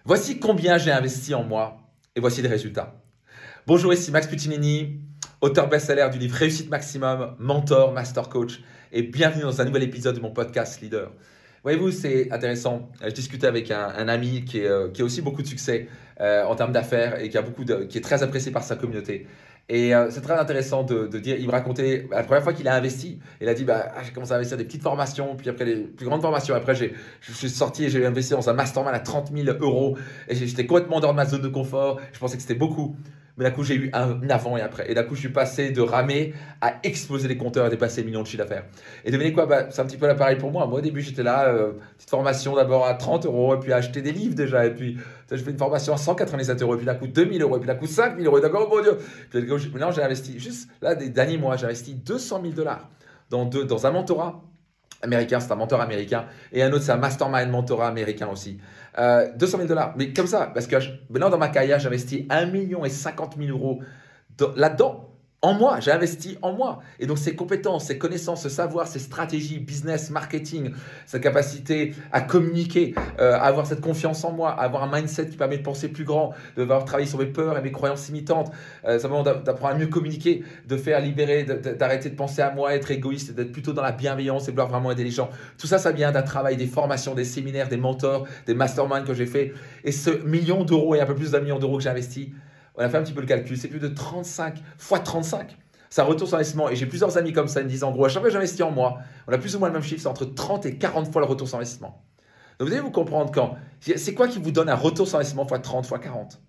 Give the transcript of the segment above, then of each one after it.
Voici combien j'ai investi en moi et voici les résultats. Bonjour, ici Max Piccinini, auteur best-seller du livre Réussite Maximum, mentor, master coach et bienvenue dans un nouvel épisode de mon podcast Leader. Voyez-vous, c'est intéressant. Je discutais avec un ami qui a aussi beaucoup de succès en termes d'affaires et qui est très apprécié par sa communauté. Et c'est très intéressant de dire, il me racontait la première fois qu'il a investi, il a dit j'ai commencé à investir des petites formations, puis après des plus grandes formations, après je suis sorti et j'ai investi dans un mastermind à 30 000 euros et j'étais complètement dehors de ma zone de confort, je pensais que c'était beaucoup. Mais d'un coup, j'ai eu un avant et après. Et d'un coup, je suis passé de ramer à exploser les compteurs et dépasser les millions de chiffres d'affaires. Et devinez quoi, c'est un petit peu l'appareil pour moi. Moi, au début, j'étais là, petite formation d'abord à 30 euros, et puis à acheter des livres déjà. Et puis, je fais une formation à 197 euros, et puis d'un coup, 2000 euros, et puis d'un coup, 5000 euros. Et d'accord, oh mon Dieu. Puis maintenant, j'ai investi, juste là, des derniers mois, j'ai investi 200 000 dollars dans un mentorat américain, c'est un mentor américain, et un autre, c'est un mastermind mentorat américain aussi. 200 000 dollars, mais comme ça, parce que maintenant dans ma carrière, j'investis 1,50 million euros là-dedans. En moi, j'ai investi en moi. Et donc, ces compétences, ces connaissances, ce savoir, ces stratégies, business, marketing, cette capacité à communiquer, à avoir cette confiance en moi, à avoir un mindset qui permet de penser plus grand, de travailler sur mes peurs et mes croyances limitantes, simplement d'apprendre à mieux communiquer, de faire libérer, d'arrêter de penser à moi, être égoïste, d'être plutôt dans la bienveillance et vouloir vraiment aider les gens. Tout ça, ça vient d'un travail, des formations, des séminaires, des mentors, des masterminds que j'ai fait. Et ce million d'euros et un peu plus d'un million d'euros que j'ai investi, on a fait un petit peu le calcul, c'est plus de 35 fois 35. C'est un retour sur investissement. Et j'ai plusieurs amis comme ça, ils me disent en gros, à chaque fois que j'investis en moi, on a plus ou moins le même chiffre, c'est entre 30 et 40 fois le retour sur investissement. Donc vous allez vous comprendre c'est quoi qui vous donne un retour sur investissement fois 30 fois 40.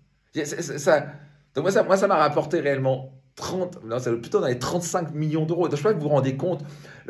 Donc moi, ça m'a rapporté réellement 30, non, c'est plutôt dans les 35 millions d'euros. Donc je ne sais pas que vous vous rendez compte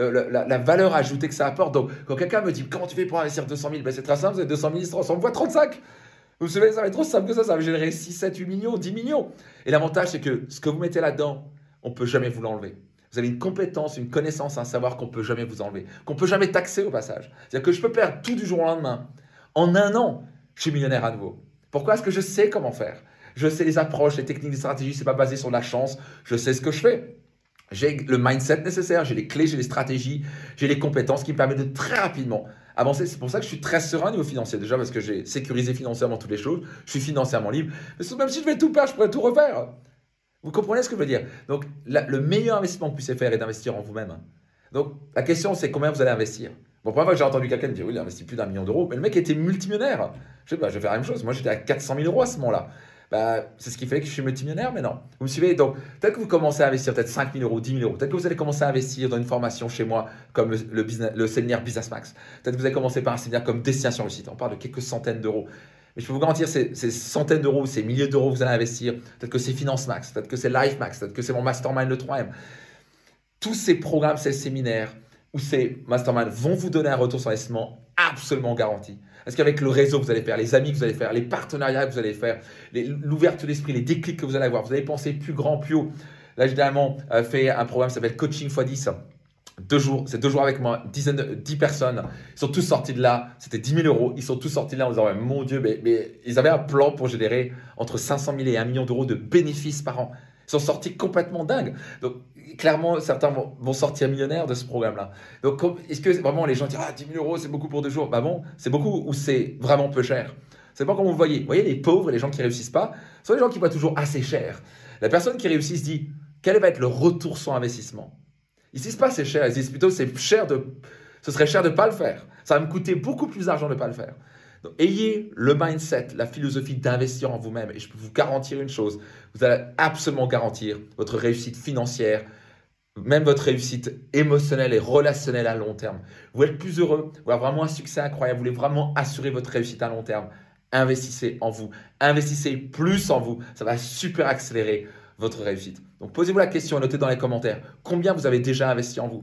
la valeur ajoutée que ça apporte. Donc quand quelqu'un me dit, comment tu fais pour investir 200 000, c'est très simple, vous avez 200 000, 300 fois 35. Vous savez, ça va être trop simple que ça va générer 6, 7, 8 millions, 10 millions. Et l'avantage, c'est que ce que vous mettez là-dedans, on ne peut jamais vous l'enlever. Vous avez une compétence, une connaissance, un savoir qu'on ne peut jamais vous enlever, qu'on ne peut jamais taxer au passage. C'est-à-dire que je peux perdre tout du jour au lendemain. En un an, je suis millionnaire à nouveau. Pourquoi? Parce que je sais comment faire. Je sais les approches, les techniques, les stratégies, ce n'est pas basé sur la chance. Je sais ce que je fais. J'ai le mindset nécessaire, j'ai les clés, j'ai les stratégies, j'ai les compétences qui me permettent de très rapidement avancer. C'est pour ça que je suis très serein au niveau financier. Déjà parce que j'ai sécurisé financièrement toutes les choses, je suis financièrement libre. Mais même si je vais tout perdre, je pourrais tout refaire. Vous comprenez ce que je veux dire? Donc le meilleur investissement que vous puissiez faire est d'investir en vous-même. Donc la question c'est combien vous allez investir. Bon, première fois que j'ai entendu quelqu'un me dire oui, il a investi plus d'1 million d'euros, mais le mec était multimillionnaire. Je sais, je vais faire la même chose. Moi j'étais à 400 000 euros à ce moment-là. C'est ce qui fait que je suis multimillionnaire maintenant. Vous me suivez? Donc, peut-être que vous commencez à investir peut-être 5 000 euros, 10 000 euros. Peut-être que vous allez commencer à investir dans une formation chez moi comme le séminaire Business Max. Peut-être que vous allez commencer par un séminaire comme Destination Réussite. On parle de quelques centaines d'euros. Mais je peux vous garantir, ces centaines d'euros, ces milliers d'euros que vous allez investir, peut-être que c'est Finance Max, peut-être que c'est Life Max, peut-être que c'est mon Mastermind le 3M. Tous ces programmes, ces séminaires ou ces masterminds vont vous donner un retour sur investissement absolument garanti. Parce qu'avec le réseau que vous allez faire, les amis que vous allez faire, les partenariats que vous allez faire, l'ouverture d'esprit, les déclics que vous allez avoir, vous allez penser plus grand, plus haut. Là, j'ai dernièrement fait un programme qui s'appelle Coaching x 10. 2 jours, c'est 2 jours avec moi, 10 personnes. Ils sont tous sortis de là, c'était 10 000 euros. Ils sont tous sortis de là en disant, mon Dieu, mais ils avaient un plan pour générer entre 500 000 et 1 million d'euros de bénéfices par an. Ils sont sortis complètement dingues. Donc, clairement, certains vont sortir millionnaires de ce programme-là. Donc, est-ce que vraiment les gens disent, 10 000 euros, c'est beaucoup pour 2 jours? Bon, c'est beaucoup ou c'est vraiment peu cher? C'est pas comme vous le voyez. Vous voyez, les pauvres et les gens qui réussissent pas sont les gens qui voient toujours assez cher. La personne qui réussit se dit, quel va être le retour sur investissement? Ils disent pas c'est cher, ils disent plutôt ce serait cher de ne pas le faire. Ça va me coûter beaucoup plus d'argent de ne pas le faire. Donc, ayez le mindset, la philosophie d'investir en vous-même. Et je peux vous garantir une chose, vous allez absolument garantir votre réussite financière, même votre réussite émotionnelle et relationnelle à long terme. Vous êtes plus heureux, vous avez vraiment un succès incroyable, vous voulez vraiment assurer votre réussite à long terme. Investissez en vous, investissez plus en vous, ça va super accélérer votre réussite. Donc posez-vous la question et notez dans les commentaires combien vous avez déjà investi en vous.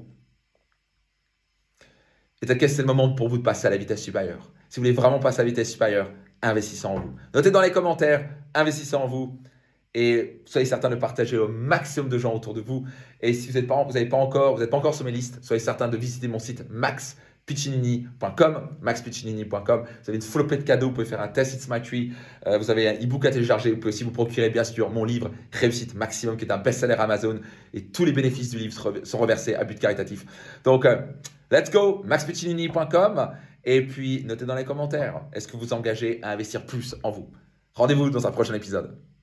Et peut-être que c'est le moment pour vous de passer à la vitesse supérieure. Si vous voulez vraiment passer à la vitesse supérieure, investissez en vous. Notez dans les commentaires, investissez en vous et soyez certain de partager au maximum de gens autour de vous. Et si vous n'êtes pas encore sur mes listes, soyez certain de visiter mon site maxpiccinini.com, maxpiccinini.com. Vous avez une flopée de cadeaux, vous pouvez faire un test It's My Tree, vous avez un e-book à télécharger, vous pouvez aussi vous procurer bien sûr mon livre Réussite Maximum qui est un best-seller Amazon et tous les bénéfices du livre sont reversés à but caritatif. Donc, let's go, maxpiccinini.com Et puis, notez dans les commentaires, est-ce que vous engagez à investir plus en vous? Rendez-vous dans un prochain épisode.